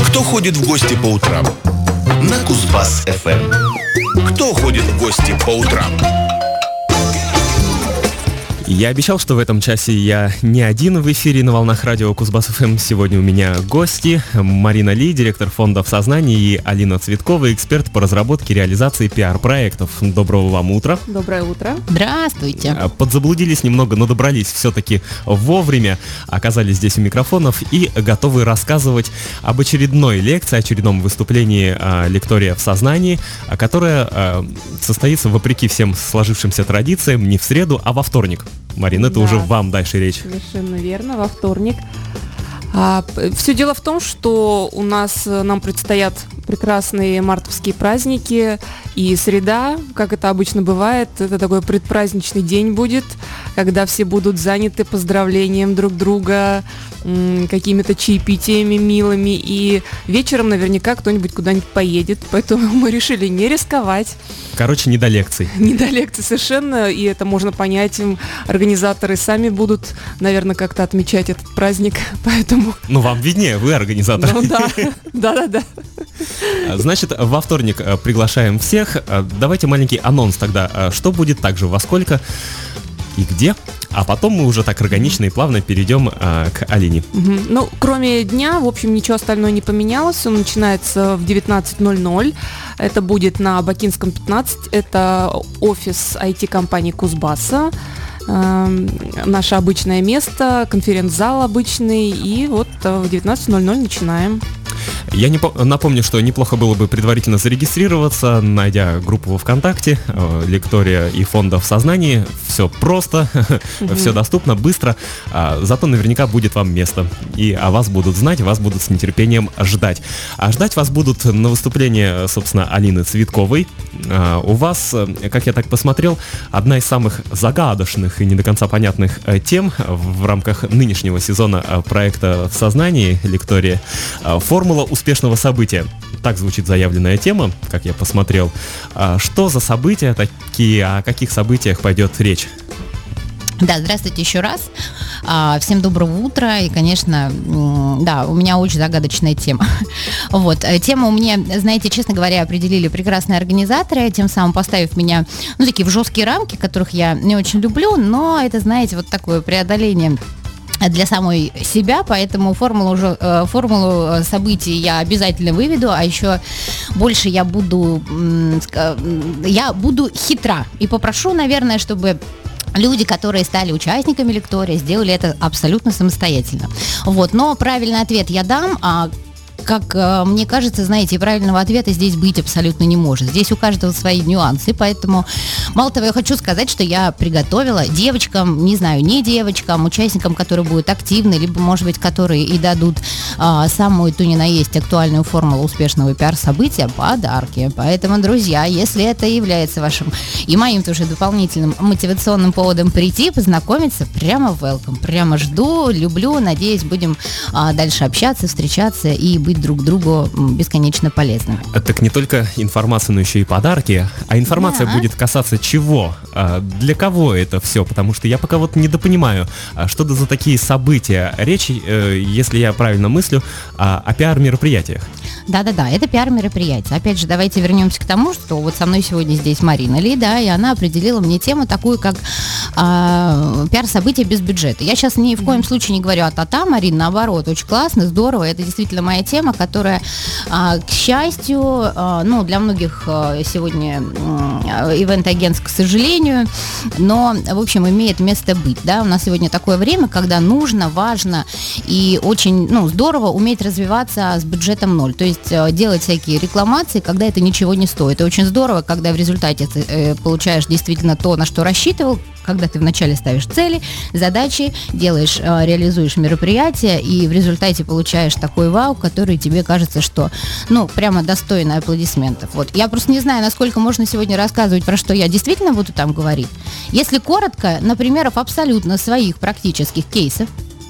Кто ходит в гости по утрам? На Кузбасс-ФМ. Кто ходит в гости по утрам? Я обещал, что в этом часе я не один в эфире на волнах радио Кузбасс-ФМ. Сегодня у меня гости: Марина Ли, директор фонда «В сознании», и Алина Цветкова, эксперт по разработке и реализации пиар-проектов. Доброго вам утра. Доброе утро. Здравствуйте. Подзаблудились немного, но добрались все-таки вовремя. Оказались здесь у микрофонов и готовы рассказывать об очередной лекции, очередном выступлении лектория «В сознании», которое состоится, вопреки всем сложившимся традициям, не в среду, а во вторник. Марина, это уже вам дальше речь. Совершенно верно, во вторник. Все дело в том, что нам предстоят прекрасные мартовские праздники, и среда, как это обычно бывает, это такой предпраздничный день будет, когда все будут заняты поздравлением друг друга, какими-то чаепитиями милыми, и вечером наверняка кто-нибудь куда-нибудь поедет, поэтому мы решили не рисковать. Короче, не до лекций. Не до лекций совершенно, и это можно понять. Организаторы сами будут, наверное, как-то отмечать этот праздник, поэтому... Ну, вам виднее, вы организатор. Ну да. Значит, во вторник приглашаем всех. Давайте маленький анонс тогда. Что будет также, во сколько и где? А потом мы уже так органично и плавно перейдем к Алине. Ну, кроме дня, в общем, ничего остальное не поменялось. Он начинается в 19:00. Это будет на Бакинском 15. Это офис IT-компании Кузбасса. Наше обычное место, конференц-зал обычный. И вот в 19:00 начинаем. Я напомню, что неплохо было бы предварительно зарегистрироваться, найдя группу во ВКонтакте, лектория и фонда «В сознании». Все просто, все доступно, быстро, зато наверняка будет вам место. И о вас будут знать, вас будут с нетерпением ждать. А ждать вас будут на выступлении, собственно, Алины Цветковой. У вас, как я так посмотрел, одна из самых загадочных и не до конца понятных тем в рамках нынешнего сезона проекта «В сознании», лектория, формула успешного события. Так звучит заявленная тема, как я посмотрел. Что за события такие, о каких событиях пойдет речь? Да, здравствуйте еще раз. Всем доброго утра. И, конечно, да, у меня очень загадочная тема. Вот, тему мне, знаете, честно говоря, определили прекрасные организаторы, тем самым поставив меня, такие в жесткие рамки, которых я не очень люблю, но это, знаете, вот такое преодоление для самой себя, поэтому формулу событий я обязательно выведу, а еще больше я буду хитра и попрошу, наверное, чтобы люди, которые стали участниками лектория, сделали это абсолютно самостоятельно. Вот, но правильный ответ я дам, как мне кажется, знаете, правильного ответа здесь быть абсолютно не может. Здесь у каждого свои нюансы, поэтому, мало того, я хочу сказать, что я приготовила девочкам, не знаю, не девочкам, участникам, которые будут активны, либо, может быть, которые и дадут самую ту ни на есть актуальную формулу успешного пиар-события, подарки. Поэтому, друзья, если это является вашим и моим тоже дополнительным мотивационным поводом прийти, познакомиться, прямо welcome, прямо жду, люблю, надеюсь, будем дальше общаться, встречаться и быть друг другу бесконечно полезным. Так не только информация, но еще и подарки. А информация будет касаться чего? Для кого это все? Потому что я пока вот недопонимаю, что это за такие события. Речь, если я правильно мыслю, о пиар-мероприятиях. Да-да-да, это пиар-мероприятие. Опять же, давайте вернемся к тому, что вот со мной сегодня здесь Марина Ли, да, и она определила мне тему такую, как пиар-события без бюджета. Я сейчас ни в коем случае не говорю та-та, Марина, наоборот, очень классно, здорово, это действительно моя тема, которая, к счастью, для многих сегодня ивент-агентств, к сожалению, но, в общем, имеет место быть, да, у нас сегодня такое время, когда нужно, важно и очень, здорово уметь развиваться с бюджетом 0, то есть делать всякие рекламации, когда это ничего не стоит. И очень здорово, когда в результате ты получаешь действительно то, на что рассчитывал, когда ты вначале ставишь цели, задачи, реализуешь мероприятия, и в результате получаешь такой вау, который тебе кажется, что, прямо достойно аплодисментов. Вот. Я просто не знаю, насколько можно сегодня рассказывать, про что я действительно буду там говорить. Если коротко, на примерах абсолютно своих практических кейсов,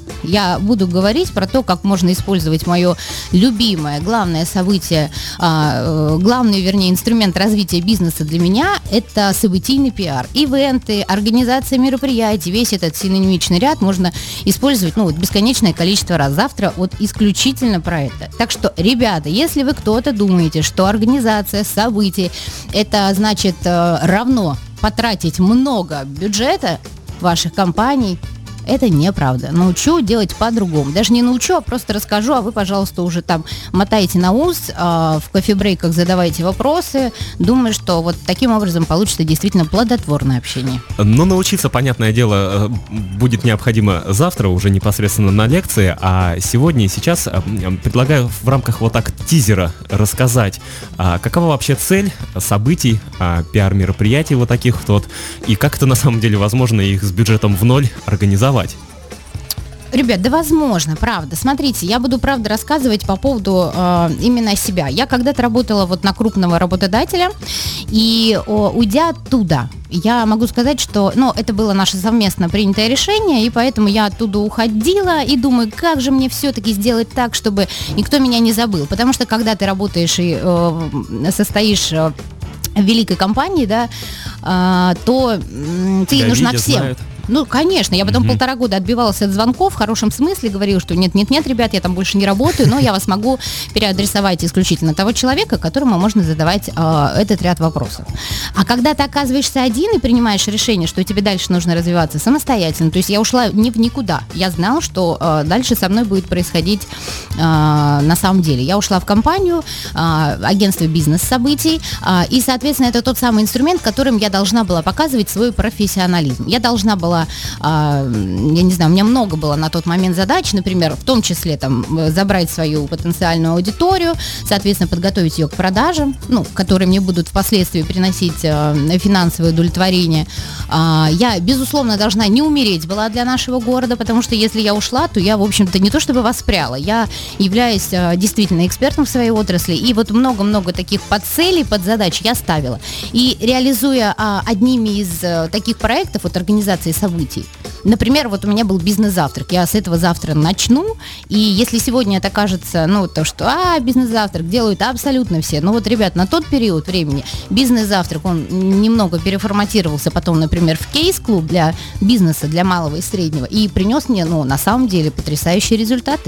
я буду говорить про то, как можно использовать мое любимое, главное событие, главный, вернее, инструмент развития бизнеса для меня – это событийный пиар. Ивенты, организация мероприятий, весь этот синонимичный ряд можно использовать, бесконечное количество раз. Завтра исключительно про это. Так что, ребята, если вы кто-то думаете, что организация событий – это значит равно потратить много бюджета ваших компаний, это неправда. Научу делать по-другому. Даже не научу, а просто расскажу, а вы, пожалуйста, уже там мотаете на ус, в кофе-брейках задавайте вопросы. Думаю, что вот таким образом получится действительно плодотворное общение. Но научиться, понятное дело, будет необходимо завтра уже непосредственно на лекции, а сегодня и сейчас предлагаю в рамках вот так тизера рассказать, какова вообще цель событий, пиар-мероприятий вот таких вот, и как это на самом деле возможно их с бюджетом в ноль организовать. Ребят, да возможно, правда. Смотрите, я буду, правда, рассказывать по поводу именно себя. Я когда-то работала вот на крупного работодателя, и уйдя оттуда, я могу сказать, что, это было наше совместно принятое решение, и поэтому я оттуда уходила и думаю, как же мне все-таки сделать так, чтобы никто меня не забыл. Потому что когда ты работаешь и состоишь в великой компании, да, то ты нужна всем. Знают. Конечно, я потом 1,5 года отбивалась от звонков, в хорошем смысле, говорила, что нет, ребят, я там больше не работаю, но я вас могу переадресовать исключительно того человека, которому можно задавать этот ряд вопросов. А когда ты оказываешься один и принимаешь решение, что тебе дальше нужно развиваться самостоятельно, то есть я ушла не в никуда, я знала, что дальше со мной будет происходить на самом деле. Я ушла в компанию, агентство бизнес-событий, и, соответственно, это тот самый инструмент, которым я должна была показывать свой профессионализм. Я должна была, я не знаю, у меня много было на тот момент задач, например, в том числе там забрать свою потенциальную аудиторию, соответственно, подготовить ее к продажам, которые мне будут впоследствии приносить финансовое удовлетворение. Я, безусловно, должна не умереть была для нашего города, потому что если я ушла, то я, в общем-то, не то чтобы воспряла, я являюсь действительно экспертом в своей отрасли, и вот много-много таких подцелей, подзадач я ставила. И реализуя одними из таких проектов, организации событий. Например, вот у меня был бизнес-завтрак. Я с этого завтра начну. И если сегодня это кажется, то, что бизнес-завтрак делают абсолютно все. ребят, на тот период времени бизнес-завтрак, он немного переформатировался потом, например, в кейс-клуб для бизнеса, для малого и среднего. И принес мне, на самом деле, потрясающие результаты.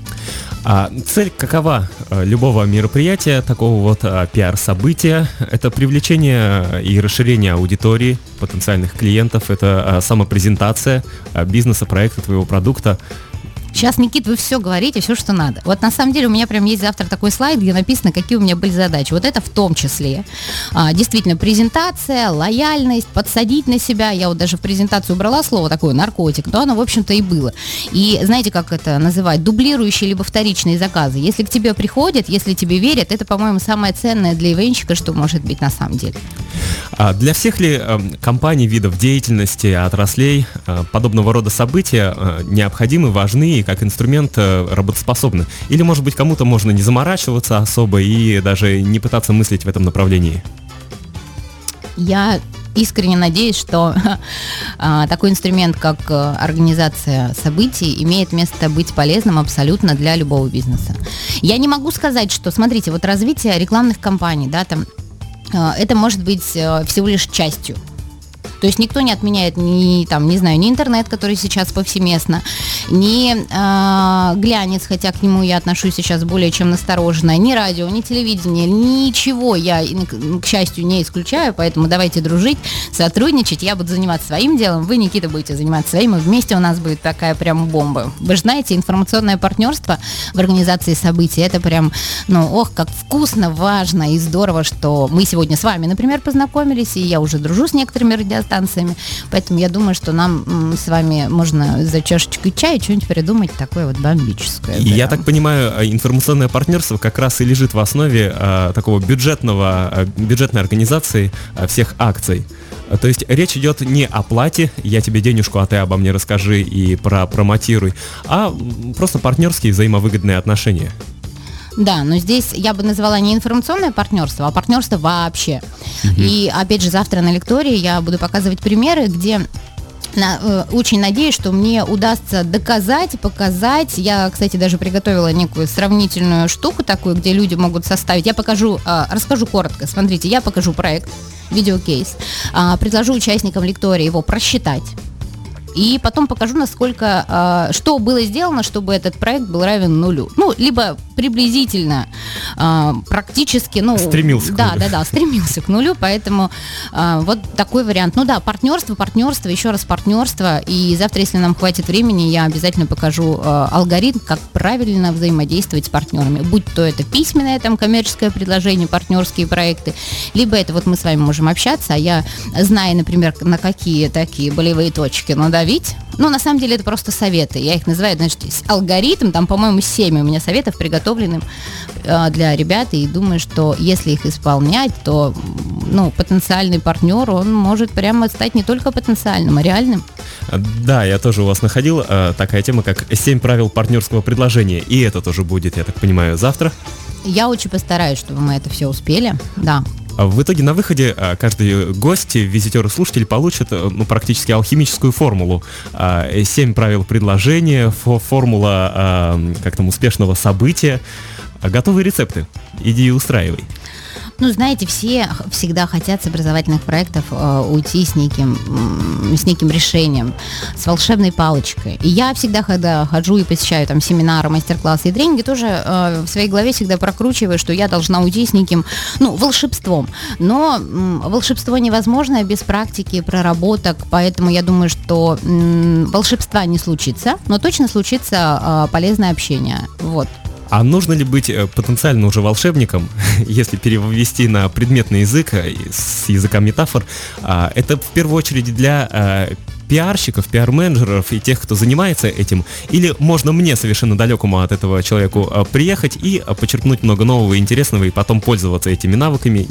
Цель какова любого мероприятия, такого вот пиар-события? Это привлечение и расширение аудитории, потенциальных клиентов, это самопрезентация бизнеса, проекта, твоего продукта. Сейчас, Никит, вы все говорите, все, что надо. Вот на самом деле у меня прям есть завтра такой слайд, где написано, какие у меня были задачи. Вот это в том числе. Действительно, презентация, лояльность, подсадить на себя. Я вот даже в презентацию убрала слово такое, наркотик, но оно, в общем-то, и было. И знаете, как это называют? Дублирующие либо вторичные заказы. Если к тебе приходят, если тебе верят, это, по-моему, самое ценное для ивенщика, что может быть на самом деле. Для всех ли компаний, видов деятельности, отраслей подобного рода события необходимы, важны и как инструмент работоспособны? Или, может быть, кому-то можно не заморачиваться особо и даже не пытаться мыслить в этом направлении? Я искренне надеюсь, что такой инструмент, как организация событий, имеет место быть полезным абсолютно для любого бизнеса. Я не могу сказать, что, смотрите, вот развитие рекламных кампаний, это может быть всего лишь частью. То есть никто не отменяет ни интернет, который сейчас повсеместно, ни глянец, хотя к нему я отношусь сейчас более чем настороженно, ни радио, ни телевидение, ничего я, к счастью, не исключаю, поэтому давайте дружить, сотрудничать, я буду заниматься своим делом, вы, Никита, будете заниматься своим, и вместе у нас будет такая прям бомба. Вы же знаете, информационное партнерство в организации событий, это прям, как вкусно, важно и здорово, что мы сегодня с вами, например, познакомились, и я уже дружу с некоторыми радиостанциями, поэтому я думаю, что нам с вами можно за чашечкой чая что-нибудь придумать такое вот бомбическое. И я так понимаю, информационное партнерство как раз и лежит в основе такого бюджетной организации всех акций. То есть речь идет не о плате, я тебе денежку, а ты обо мне расскажи и промотируй, а просто партнерские взаимовыгодные отношения. Да, но здесь я бы назвала не информационное партнерство, а партнерство вообще. И опять же, завтра на лектории я буду показывать примеры, где Очень надеюсь, что мне удастся доказать, показать. Я, кстати, даже приготовила некую сравнительную штуку такую, где люди могут составить. Я расскажу коротко. Смотрите, я покажу проект, видеокейс, предложу участникам лектория его просчитать. И потом покажу, насколько, что было сделано, чтобы этот проект был равен нулю. Ну, либо приблизительно, практически, стремился к нулю. Да, стремился к нулю, поэтому вот такой вариант. Ну да, партнерство, еще раз партнерство. И завтра, если нам хватит времени, я обязательно покажу алгоритм, как правильно взаимодействовать с партнерами. Будь то это письменное, там, коммерческое предложение, партнерские проекты, либо это вот мы с вами можем общаться, а я знаю, например, на какие такие болевые точки надавить. Ну, на самом деле, это просто советы. Я их называю, значит, алгоритм, там, по-моему, 7 у меня советов, приготовленных для ребят, и думаю, что если их исполнять, то, потенциальный партнер, он может прямо стать не только потенциальным, а реальным. Да, я тоже у вас находил такая тема, как 7 правил партнерского предложения, и это тоже будет, я так понимаю, завтра. Я очень постараюсь, чтобы мы это все успели, да. В итоге на выходе каждый гость, визитер и слушатель получит практически алхимическую формулу. 7 правил предложения, формула успешного события, готовые рецепты. Иди и устраивай. Ну, знаете, все всегда хотят с образовательных проектов уйти с неким решением, с волшебной палочкой. И я всегда, когда хожу и посещаю там семинары, мастер-классы и тренинги, тоже в своей голове всегда прокручиваю, что я должна уйти с неким, волшебством. Но волшебство невозможно без практики, проработок, поэтому я думаю, что волшебства не случится, но точно случится полезное общение. Вот. А нужно ли быть потенциально уже волшебником, если перевести на предметный язык, с языка метафор? Это в первую очередь для пиарщиков, пиар-менеджеров и тех, кто занимается этим? Или можно мне, совершенно далекому от этого человеку, приехать и почерпнуть много нового и интересного, и потом пользоваться этими навыками?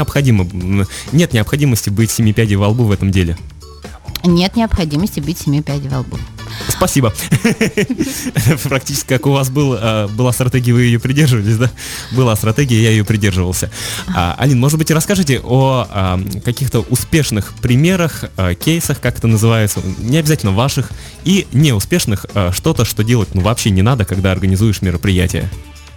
Нет необходимости быть 7 пядей во лбу в этом деле. Нет необходимости быть 7 пядей во лбу. Спасибо. Практически как у вас была стратегия, вы ее придерживались, да? Была стратегия, я ее придерживался. Алин, может быть, расскажите о каких-то успешных примерах, кейсах, как это называется, не обязательно ваших, и неуспешных, что-то, что делать вообще не надо, когда организуешь мероприятие.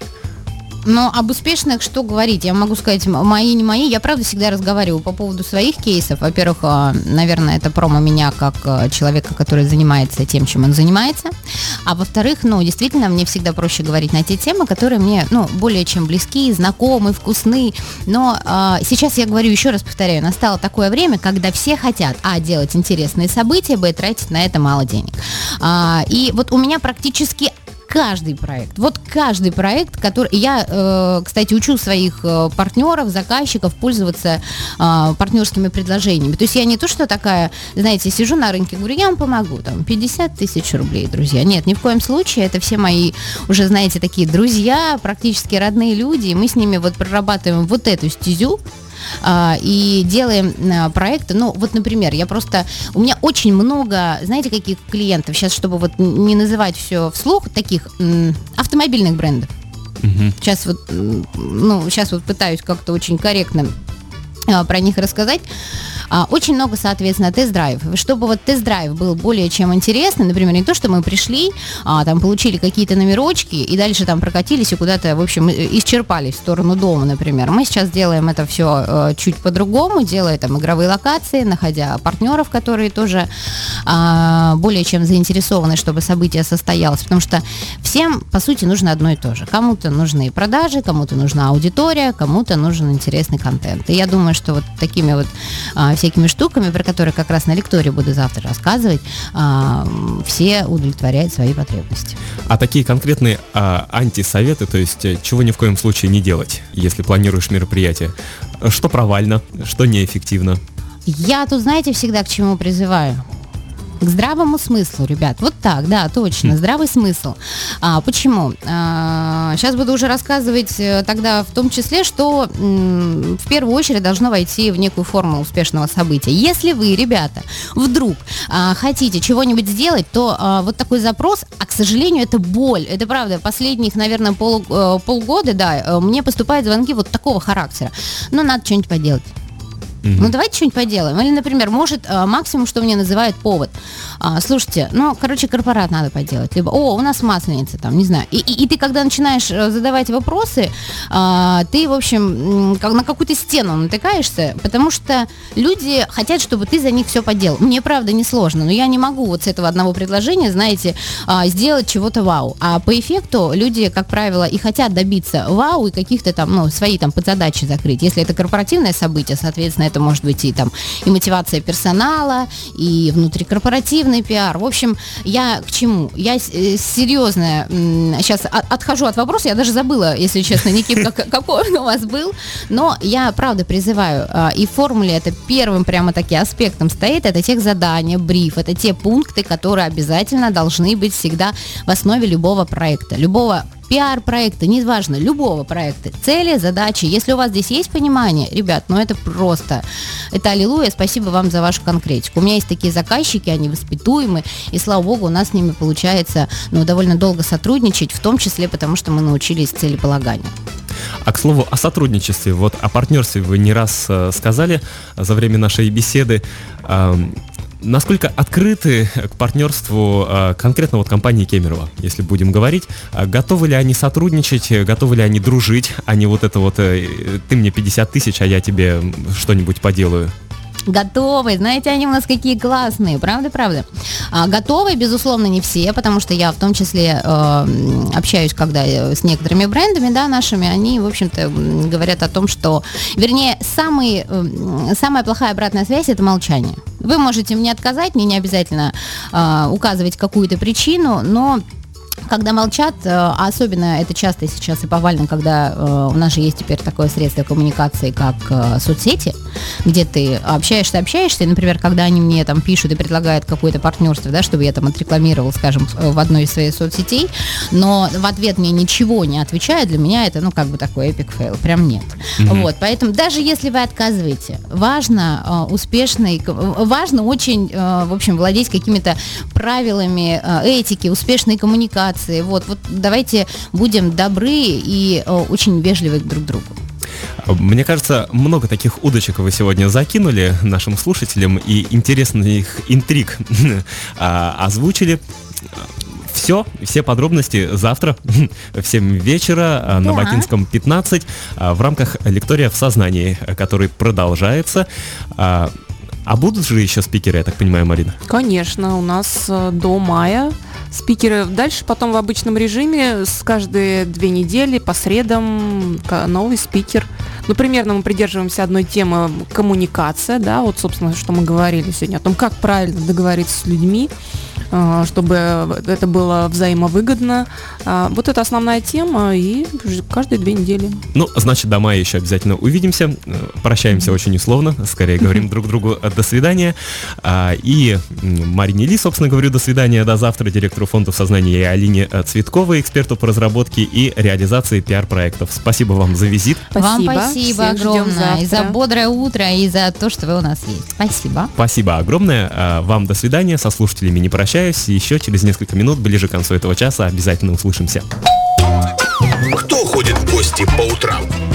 Но об успешных что говорить? Я могу сказать, мои, не мои. Я, правда, всегда разговариваю по поводу своих кейсов. Во-первых, наверное, это промо меня как человека, который занимается тем, чем он занимается. А во-вторых, действительно, мне всегда проще говорить на те темы, которые мне, более чем близки, знакомы, вкусны. Но сейчас я говорю, еще раз повторяю, настало такое время, когда все хотят, делать интересные события, тратить на это мало денег. И вот у меня практически каждый проект, который... Я, кстати, учу своих партнеров, заказчиков пользоваться партнерскими предложениями. То есть я не то, что такая, знаете, сижу на рынке, говорю, я вам помогу, 50 тысяч рублей, друзья. Нет, ни в коем случае. Это все мои уже, знаете, такие друзья, практически родные люди. И мы с ними прорабатываем эту стезю. И делаем проекты. Например, у меня очень много, знаете, каких клиентов, сейчас, чтобы не называть все вслух, таких автомобильных брендов. Сейчас пытаюсь как-то очень корректно про них рассказать. Очень много, соответственно, тест-драйвов. Чтобы тест-драйв был более чем интересный, например, не то, что мы пришли, получили какие-то номерочки и дальше прокатились и куда-то, в общем, исчерпались в сторону дома, например. Мы сейчас делаем это все чуть по-другому, делая игровые локации, находя партнеров, которые тоже более чем заинтересованы, чтобы событие состоялось, потому что всем, по сути, нужно одно и то же. Кому-то нужны продажи, кому-то нужна аудитория, кому-то нужен интересный контент. И я думаю, что такими всякими штуками, про которые как раз на лектории буду завтра рассказывать, все удовлетворяют свои потребности. А такие конкретные антисоветы, то есть чего ни в коем случае не делать, если планируешь мероприятие? Что провально, что неэффективно? Я тут, знаете, всегда к чему призываю? К здравому смыслу, ребят. Вот так, да, точно, здравый смысл. Почему? Сейчас буду уже рассказывать тогда в том числе, что в первую очередь должно войти в некую форму успешного события. Если вы, ребята, вдруг хотите чего-нибудь сделать, то такой запрос, к сожалению, это боль. Это правда, последних, наверное, полгода, да, мне поступают звонки такого характера. Но надо что-нибудь поделать. Ну, давайте что-нибудь поделаем. Или, например, может, максимум, что мне называют повод. Слушайте, корпорат надо поделать. Либо, у нас масленица, там, не знаю. И ты, когда начинаешь задавать вопросы, ты, в общем, на какую-то стену натыкаешься, потому что люди хотят, чтобы ты за них все поделал. Мне, правда, несложно, но я не могу вот с этого одного предложения, знаете, сделать чего-то вау. А по эффекту люди, как правило, и хотят добиться вау и каких-то там, свои там подзадачи закрыть. Если это корпоративное событие, соответственно, это может быть и мотивация персонала, и внутрикорпоративный пиар. В общем, я к чему? Я серьезно сейчас отхожу от вопроса, я даже забыла, если честно, Никит, какой он у вас был, но я, правда, призываю, и в формуле это первым прямо таки аспектом стоит, это техзадание, бриф, это те пункты, которые обязательно должны быть всегда в основе любого проекта, любого пиар-проекта, неважно, любого проекта, цели, задачи. Если у вас здесь есть понимание, ребят, это просто, это аллилуйя, спасибо вам за вашу конкретику. У меня есть такие заказчики, они воспитуемы, и слава богу, у нас с ними получается, довольно долго сотрудничать, в том числе потому, что мы научились целеполаганию. А к слову о сотрудничестве, о партнерстве вы не раз сказали за время нашей беседы. Насколько открыты к партнерству конкретно компании Кемерово, если будем говорить? Готовы ли они сотрудничать, готовы ли они дружить, а не ты мне 50 тысяч, а я тебе что-нибудь поделаю? Готовы, знаете, они у нас какие классные, правда. Готовы, безусловно, не все, потому что я в том числе общаюсь, когда с некоторыми брендами, нашими, они, в общем-то, говорят о том, что, вернее, самая плохая обратная связь – это молчание. Вы можете мне отказать, мне не обязательно указывать какую-то причину, но когда молчат, а особенно это часто сейчас и повально, когда у нас же есть теперь такое средство коммуникации, как соцсети, где ты общаешься, и, например, когда они мне пишут и предлагают какое-то партнерство, чтобы я отрекламировал, скажем, в одной из своих соцсетей, но в ответ мне ничего не отвечают, для меня это, такой эпик фейл, прям нет. Mm-hmm. Поэтому даже если вы отказываете, важно очень, в общем, владеть какими-то правилами этики, успешной коммуникации. Вот давайте будем добры и очень вежливы друг к другу. Мне кажется, много таких удочек вы сегодня закинули нашим слушателям и интересных интриг озвучили. Все подробности завтра в 7 вечера на Бакинском 15 в рамках «Лектория в сознании», который продолжается. А будут же еще спикеры, я так понимаю, Марина? Конечно, у нас до мая спикеры. Дальше потом в обычном режиме с каждые 2 недели по средам новый спикер. Примерно мы придерживаемся одной темы – коммуникация, собственно, что мы говорили сегодня, о том, как правильно договориться с людьми, чтобы это было взаимовыгодно. Это основная тема, и каждые 2 недели. Значит, до мая еще обязательно увидимся. Прощаемся очень условно, скорее говорим друг другу до свидания. И Марине Ли, собственно, говорю до свидания, до завтра, директору фондов сознания, и Алине Цветковой, эксперту по разработке и реализации пиар-проектов. Спасибо вам за визит. Вам спасибо огромное и за бодрое утро, и за то, что вы у нас есть. Спасибо. Спасибо огромное. Вам до свидания. Со слушателями не прощаюсь. Еще через несколько минут, ближе к концу этого часа, обязательно услышимся. Кто ходит в гости по утрам?